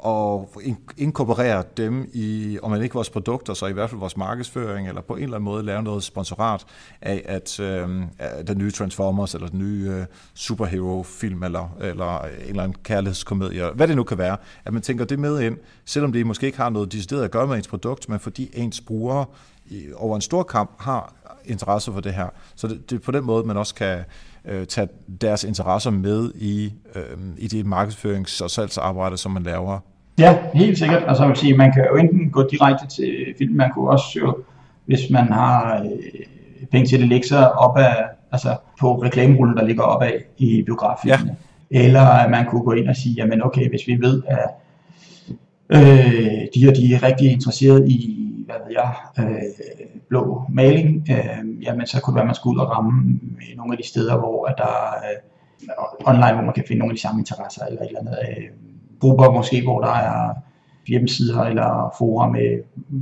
og inkorporere dem i, om man ikke vores produkter, så i hvert fald vores markedsføring, eller på en eller anden måde lave noget sponsorat af, at øh, den nye Transformers, eller den nye øh, superhero-film, eller, eller en eller anden kærlighedskomedie, hvad det nu kan være, at man tænker det med ind, selvom det måske ikke har noget decideret at gøre med ens produkt, men fordi ens brugere i, over en stor kamp har interesse for det her. Så det, det er på den måde, man også kan øh, tage deres interesser med i, øh, i det markedsførings- og salgsarbejde, som man laver. Ja, helt sikkert. Altså man kan sige, man kan jo enten gå direkte til film, man kunne også jo, hvis man har øh, penge til det, lægge sig op af, altså på reklamerullen, der ligger opad i biograffilmene. Ja. Eller man kunne gå ind og sige, jamen okay, hvis vi ved, at øh, de og de er rigtig interesseret i, hvad ved jeg, øh, blå maling, øh, jamen så kunne det være, at man skulle ud og ramme nogle af de steder, hvor at der er øh, online, hvor man kan finde nogle af de samme interesser, eller et eller andet øh, grupper måske, hvor der er hjemmesider eller forer med,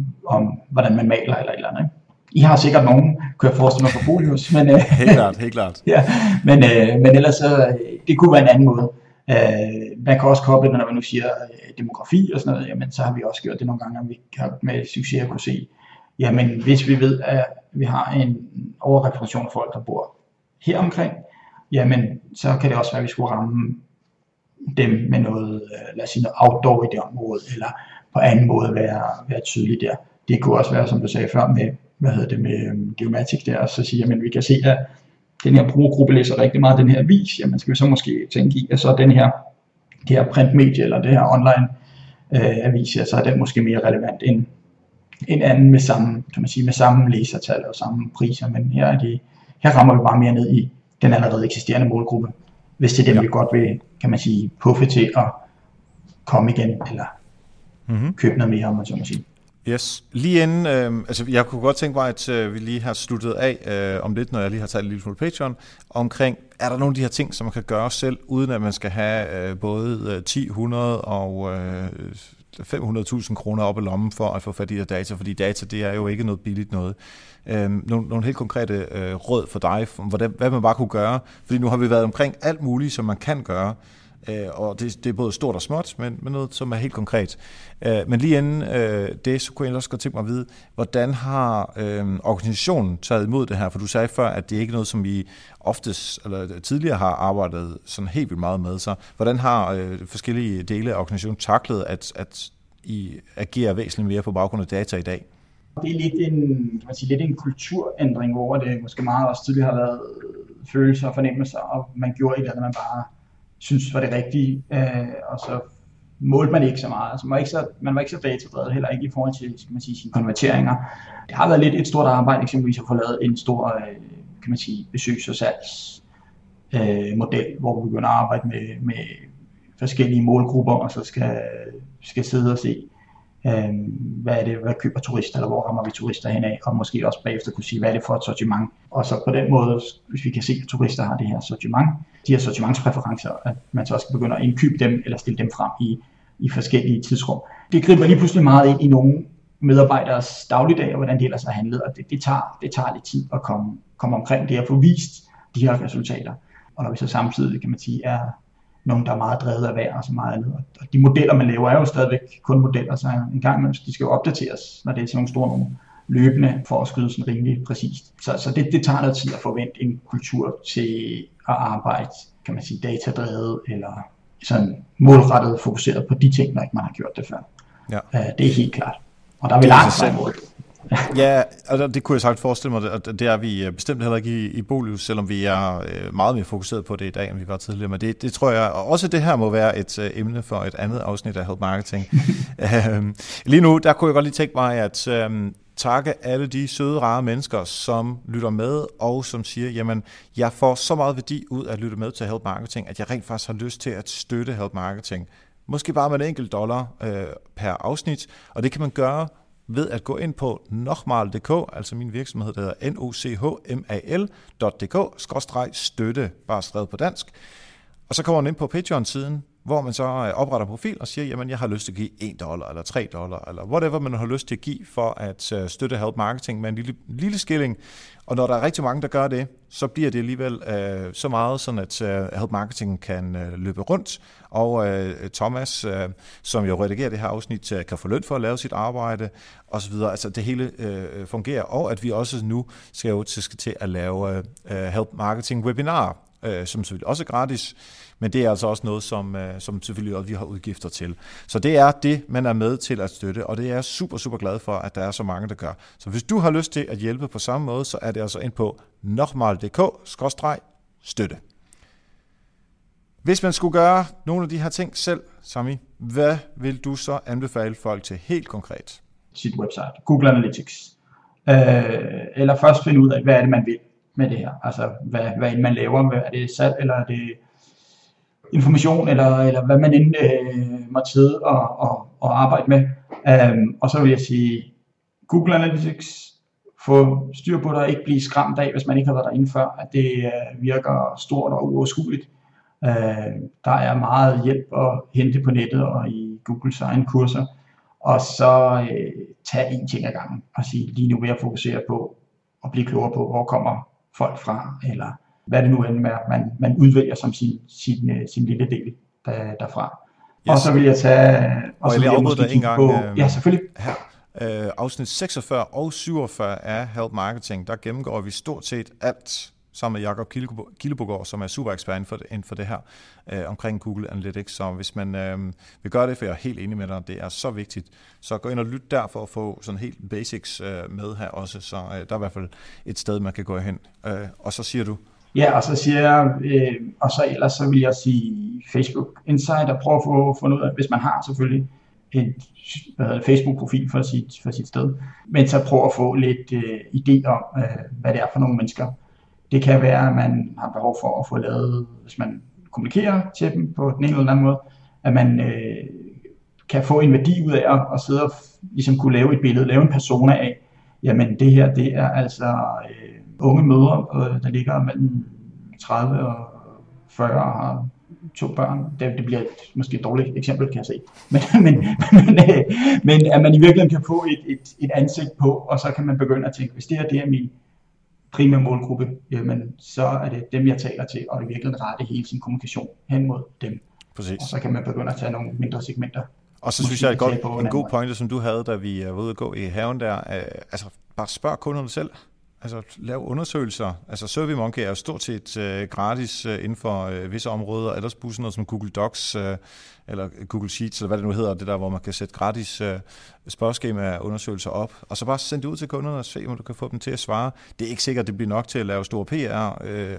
om hvordan man maler, eller et eller andet. Ikke? I har sikkert nogen, kan jeg forestille mig, for Bolius, men øh, helt klart, helt klart. Ja, men, øh, men ellers så, det kunne være en anden måde. Uh, man kan også koble det, når man nu siger uh, demografi og sådan noget, jamen så har vi også gjort det nogle gange, og vi har med succes at kunne se, jamen hvis vi ved, at vi har en overrepræsentation af folk, der bor her omkring, jamen så kan det også være, at vi skulle ramme dem med noget, uh, lad os sige noget outdoor i det område, eller på anden måde være, være tydeligt der. Det kunne også være, som du sagde før, med, hvad hedder det, med um, Geomatic der, og så sige, jamen vi kan se, at den her brugergruppe læser rigtig meget den her avis, jamen skal vi så måske tænke i, at så den her, det her printmedie, eller det her online øh, avis, ja, så er den måske mere relevant end en anden med samme, kan man sige, med samme læsertal og samme priser, men her, er det, her rammer vi bare mere ned i den allerede eksisterende målgruppe, hvis det er dem, ja. Vi godt vil, kan man sige, puffe til at komme igen, eller mm-hmm. købe noget mere, om man så må sige. Yes. Lige inden, øh, altså jeg kunne godt tænke mig, at øh, vi lige har sluttet af øh, om lidt, når jeg lige har taget en lille smule Patreon, omkring, er der nogle af de her ting, som man kan gøre selv, uden at man skal have øh, både ti, hundrede og øh, fem hundrede tusind kroner op i lommen for at få fat i de her data, fordi data, det er jo ikke noget billigt noget. Øh, nogle, nogle helt konkrete øh, råd for dig, hvordan, hvad man bare kunne gøre, fordi nu har vi været omkring alt muligt, som man kan gøre, og det, det er både stort og småt, men, men noget, som er helt konkret. Men lige inden det, så kunne jeg også godt tænke mig at vide, hvordan har øh, organisationen taget imod det her? For du sagde før, at det ikke er noget, som vi oftest, eller tidligere har arbejdet sådan helt vildt meget med. Så hvordan har øh, forskellige dele af organisationen taklet, at, at I agerer væsentligt mere på baggrund af data i dag? Det er lidt en, kan man sige, lidt en kulturændring, hvor det måske meget også tidligere har været følelser og fornemmelser, og man gjorde et eller andet, man bare synes var det rigtige, øh, og så målte man ikke så meget. Altså, man, var ikke så, man var ikke så datadrevet, heller ikke i forhold til, skal man sige, sine konverteringer. Det har været lidt et stort arbejde, eksempelvis at få lavet en stor, øh, kan man sige, besøgs- og salgsmodel, øh, hvor vi begynder at arbejde med, med forskellige målgrupper, og så skal, skal sidde og se, øh, hvad er det, hvad køber turister, eller hvor rammer vi turister hen af, og måske også bagefter kunne sige, hvad er det for et sortiment. Og så på den måde, hvis vi kan se, at turister har det her sortiment, de her sortimentspræferencer, at man så også skal begynde at indkøbe dem, eller stille dem frem i, i forskellige tidsrum. Det griber lige pludselig meget ind i nogle medarbejderes dagligdag, og hvordan de ellers har handlet, og det, det, tager, det tager lidt tid at komme, komme omkring det, at få vist de her resultater. Og når vi så samtidig, kan man sige, er nogen, der er meget drevet af vejr og så meget andet. Og de modeller, man laver, er jo stadigvæk kun modeller, så en gang imellem, de skal jo opdateres, når det er sådan nogle store nogle løbende, for at skyde sådan rimelig præcist. Så, så det, det tager noget tid at forvente en kultur til at arbejde, kan man sige, datadrevet, eller sådan målrettet fokuseret på de ting, når ikke man har gjort det før. Ja. Uh, det er helt klart. Og der er vi langt fra mål. Ja, altså det kunne jeg sagt forestille mig, og det er vi bestemt heller ikke i, i Bolius, selvom vi er meget mere fokuseret på det i dag, end vi var tidligere. Men det, det tror jeg, og også det her må være et uh, emne for et andet afsnit af Help Marketing. uh, lige nu, der kunne jeg godt lige tænke mig at um, takke alle de søde, rare mennesker, som lytter med, og som siger, jamen, jeg får så meget værdi ud af at lytte med til Help Marketing, at jeg rent faktisk har lyst til at støtte Help Marketing. Måske bare med en enkelt dollar uh, per afsnit, og det kan man gøre ved at gå ind på nochmal punktum d k, altså min virksomhed, der hedder n o c h m a l punktum d k skråstreg støtte, bare skrevet på dansk. Og så kommer man ind på Patreon-siden, hvor man så opretter profil og siger, jamen jeg har lyst til at give en dollar eller tre dollar, eller whatever man har lyst til at give for at støtte Help Marketing med en lille, lille skilling. Og når der er rigtig mange, der gør det, så bliver det alligevel øh, så meget, sådan at øh, Help Marketing kan øh, løbe rundt. Og øh, Thomas, øh, som jo redigerer det her afsnit, øh, kan få løn for at lave sit arbejde osv. Altså det hele øh, fungerer. Og at vi også nu skal jo til, skal til at lave øh, Help Marketing webinar, øh, som selvfølgelig også er gratis. Men det er altså også noget, som, øh, som selvfølgelig også vi har udgifter til. Så det er det, man er med til at støtte, og det er jeg super, super glad for, at der er så mange, der gør. Så hvis du har lyst til at hjælpe på samme måde, så er det altså ind på nochmal punktum d k skråstreg støtte. Hvis man skulle gøre nogle af de her ting selv, Sami, hvad vil du så anbefale folk til helt konkret? Sit website, Google Analytics. Øh, eller først finde ud af, hvad er det, man vil med det her. Altså, hvad, hvad er det, man laver? Hvad er det salg, eller er det information, eller, eller hvad man end øh, må sidde og, og, og arbejde med. Um, og så vil jeg sige, Google Analytics, få styr på det og ikke blive skræmt af, hvis man ikke har været derinde før, at det øh, virker stort og uoverskueligt. Uh, der er meget hjælp at hente på nettet og i Googles egen kurser. Og så øh, tage en ting ad gangen og sige, lige nu vil jeg fokusere på at blive klogere på, hvor kommer folk fra, eller hvad det nu end med, man, man udvælger som sin, sin, sin lille del der, derfra. Yes. Og så vil jeg tage... Og, og så jeg vil afbryde dig en gang. På, øh, ja, selvfølgelig. Her. Øh, afsnit seksogfyrre og syvogfyrre af Help Marketing, der gennemgår vi stort set alt sammen med Jakob Kildebogård, som er super ekspert inden for det, inden for det her, øh, omkring Google Analytics. Så hvis man øh, vil gøre det, for jeg er helt enig med dig, det er så vigtigt, så gå ind og lyt der for at få sådan helt basics øh, med her også. Så øh, der er i hvert fald et sted, man kan gå hen. Øh, og så siger du... Ja, og så siger jeg, øh, og så ellers så vil jeg sige Facebook Insight, og prøve at få fundet ud af, hvis man har selvfølgelig en Facebook-profil for sit, for sit sted, men så prøve at få lidt øh, idé om, øh, hvad det er for nogle mennesker. Det kan være, at man har behov for at få lavet, hvis man kommunikerer til dem på den ene eller den anden måde, at man øh, kan få en værdi ud af at, at sidde og ligesom kunne lave et billede, lave en persona af, jamen det her, det er altså øh, unge mødre, øh, der ligger mellem tredive og fyrre og har to børn. Det, det bliver et, måske et dårligt eksempel, kan jeg se. Men, men, men, øh, men at man i virkeligheden kan få et, et, et ansigt på, og så kan man begynde at tænke, hvis det her det er min primære målgruppe, jamen så er det dem, jeg taler til, og i virkeligheden rette hele sin kommunikation hen mod dem. Præcis. Og så kan man begynde at tage nogle mindre segmenter. Og så synes jeg, at godt, en god pointe, som du havde, da vi var ude at gå i haven der, øh, altså bare spørg kunderne selv. Altså lav undersøgelser. Altså SurveyMonkey er jo stort set øh, gratis øh, inden for øh, visse områder. Ellers bruge sådan noget som Google Docs øh, eller Google Sheets, eller hvad det nu hedder, det der, hvor man kan sætte gratis øh, spørgeskema undersøgelser op. Og så bare send det ud til kunderne og se, om du kan få dem til at svare. Det er ikke sikkert, det bliver nok til at lave store P R øh,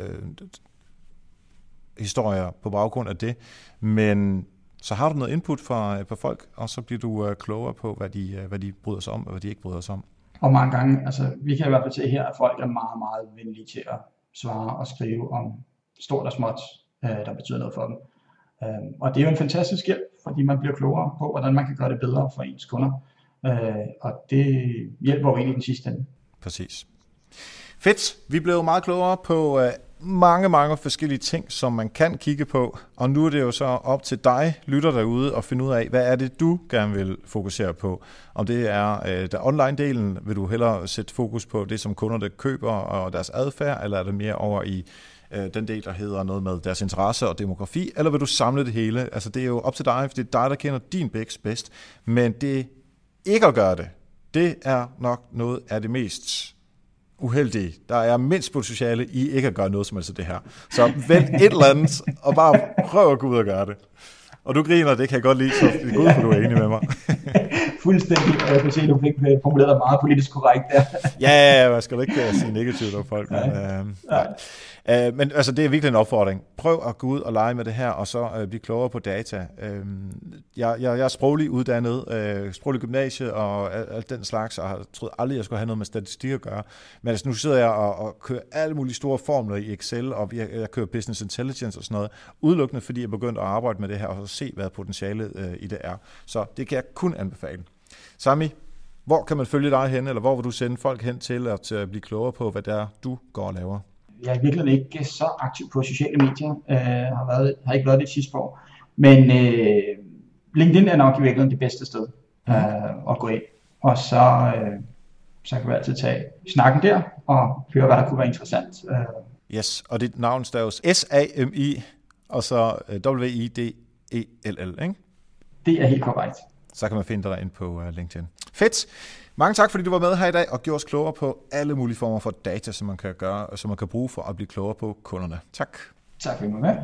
historier på baggrund af det. Men så har du noget input fra, fra folk, og så bliver du øh, klogere på, hvad de, øh, hvad de bryder sig om, og hvad de ikke bryder sig om. Og mange gange, altså vi kan i hvert fald se her, at folk er meget, meget venlige til at svare og skrive om stort og småt, øh, der betyder noget for dem. Øh, og det er jo en fantastisk hjælp, fordi man bliver klogere på, hvordan man kan gøre det bedre for ens kunder. Øh, og det hjælper jo egentlig den sidste ende. Præcis. Fedt. Vi blev meget klogere på øh, mange, mange forskellige ting, som man kan kigge på. Og nu er det jo så op til dig, lytter derude, at finde ud af, hvad er det, du gerne vil fokusere på. Om det er øh, der online-delen, vil du hellere sætte fokus på det, som kunderne køber og deres adfærd, eller er det mere over i øh, den del, der hedder noget med deres interesse og demografi, eller vil du samle det hele? Altså det er jo op til dig, for det er dig, der kender din bæks bedst. Men det ikke at gøre det, det er nok noget af det mest uheldige. Der er mindst potentiale i ikke at gøre noget som altså det her. Så vælg et eller andet, og bare prøv at gå ud og gøre det. Og du griner, det kan jeg godt lide, så det er godt, for du er enig med mig. Fuldstændig. Jeg kan se, at du fik formuleret dig meget politisk korrekt der. Ja, ja, ja, jeg skal ikke sige negativt om folk. Men, øh, nej. Øh, men altså, det er virkelig en opfordring. Prøv at gå ud og lege med det her, og så øh, blive klogere på data. Øh, jeg, jeg, jeg er sproglig uddannet, øh, sproglig gymnasie og alt, alt den slags, og har troet aldrig, jeg skulle have noget med statistik at gøre. Men altså, nu sidder jeg og, og kører alle mulige store formler i Excel, og jeg, jeg kører business intelligence og sådan noget, udelukkende fordi jeg begyndte at arbejde med det her, og så se, hvad potentialet øh, i det er. Så det kan jeg kun anbefale. Sami, hvor kan man følge dig hen, eller hvor vil du sende folk hen til at uh, blive klogere på, hvad det er, du går og laver? Jeg er virkelig ikke så aktiv på sociale medier, uh, har, været, har ikke været det sidste år, Men øh, LinkedIn er nok i virkeligheden det bedste sted øh, at gå ind. Og så, øh, så kan vi altid tage snakken der og høre, hvad der kunne være interessant. Øh. Yes, og dit navn staves S A M I og så W I D E L L, ikke? Det er helt korrekt. Så kan man finde dig ind på uh, LinkedIn. Fedt! Mange tak, fordi du var med her i dag og gjorde os klogere på alle mulige former for data, som man kan gøre, som man kan bruge for at blive klogere på kunderne. Tak. Tak fordi du var med.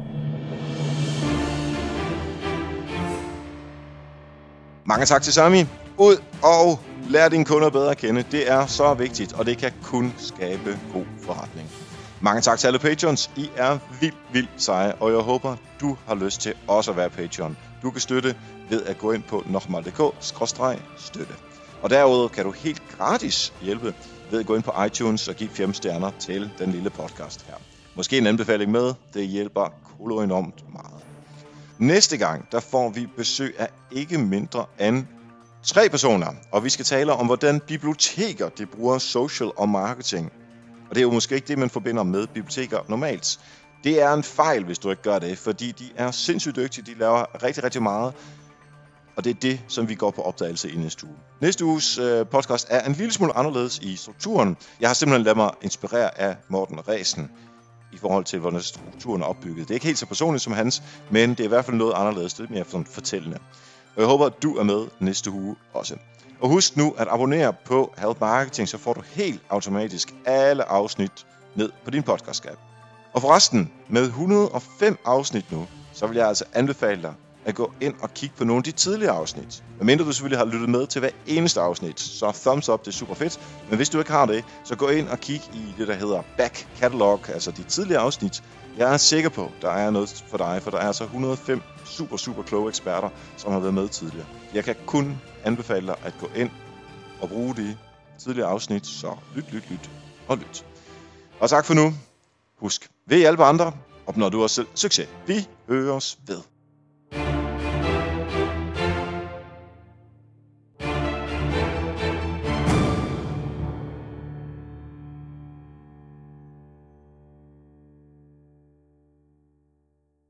Mange tak til Sami. Ud og lær dine kunder bedre at kende. Det er så vigtigt, og det kan kun skabe god forretning. Mange tak til alle patrons. I er vildt, vildt seje, og jeg håber, du har lyst til også at være patron. Du kan støtte ved at gå ind på nochmal punktum d k skråstreg støtte. Og derudover kan du helt gratis hjælpe ved at gå ind på iTunes og give fem stjerner til den lille podcast her. Måske en anbefaling med, det hjælper kolo enormt meget. Næste gang, der får vi besøg af ikke mindre end tre personer, og vi skal tale om, hvordan biblioteker de bruger social og marketing. Og det er jo måske ikke det, man forbinder med biblioteker normalt. Det er en fejl, hvis du ikke gør det, fordi de er sindssygt dygtige, de laver rigtig, rigtig meget. Og det er det, som vi går på opdagelse i næste uge. Næste uges øh, podcast er en lille smule anderledes i strukturen. Jeg har simpelthen ladet mig inspirere af Morten Ræsen i forhold til, hvordan strukturen er opbygget. Det er ikke helt så personligt som hans, men det er i hvert fald noget anderledes. Det er mere sådan fortællende. Og jeg håber, at du er med næste uge også. Og husk nu at abonnere på Help Marketing, så får du helt automatisk alle afsnit ned på din podcast-app. Og forresten, med et hundrede og fem afsnit nu, så vil jeg altså anbefale dig at gå ind og kigge på nogle af de tidligere afsnit. Medmindre du selvfølgelig har lyttet med til hver eneste afsnit, så thumbs up, det er super fedt. Men hvis du ikke har det, så gå ind og kig i det, der hedder back catalog, altså de tidligere afsnit. Jeg er sikker på, der er noget for dig, for der er altså et hundrede og fem super, super kloge eksperter, som har været med tidligere. Jeg kan kun anbefale dig at gå ind og bruge de tidligere afsnit, så lyt, lyt, lyt og lyt. Og tak for nu. Husk, vil hjælpe andre, opnår du også selv succes. Vi høres ved.